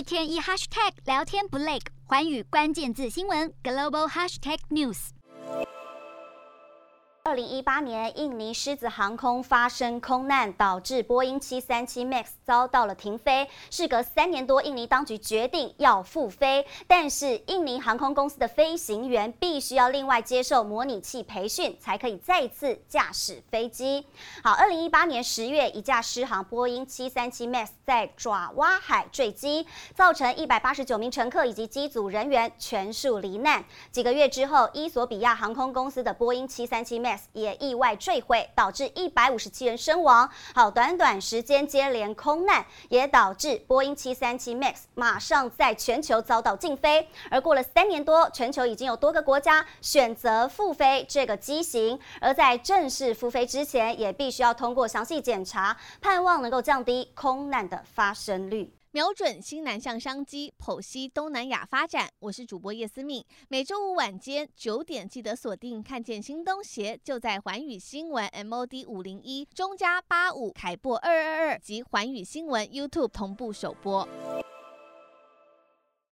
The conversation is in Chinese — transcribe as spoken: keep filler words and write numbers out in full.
天一 hashtag 聊天不累，寰宇关键字新闻 global hashtag news。 二零一八年，印尼狮子航空发生空难，导致波音七三七 MAX 遭到了停飞。事隔三年多，印尼当局决定要复飞，但是印尼航空公司的飞行员必须要另外接受模拟器培训，才可以再次驾驶飞机。好，二零一八年十月，一架狮航波音七三七 MAX 在爪哇海坠机，造成一百八十九名乘客以及机组人员全数罹难。几个月之后，伊索比亚航空公司的波音七三七 MAX也意外坠毁，导致一百五十七人身亡。好，短短时间接连空难，也导致波音七三七 MAX 马上在全球遭到禁飞。而过了三年多，全球已经有多个国家选择复飞这个机型，而在正式复飞之前，也必须要通过详细检查，盼望能够降低空难的发生率。 瞄准新南向商机，剖析东南亚发展。我是主播叶思敏，每周五晚间九点记得锁定，看见新东协就在寰宇新闻 M O D 五零一中加八五凯播二二二及寰宇新闻 YouTube 同步首播。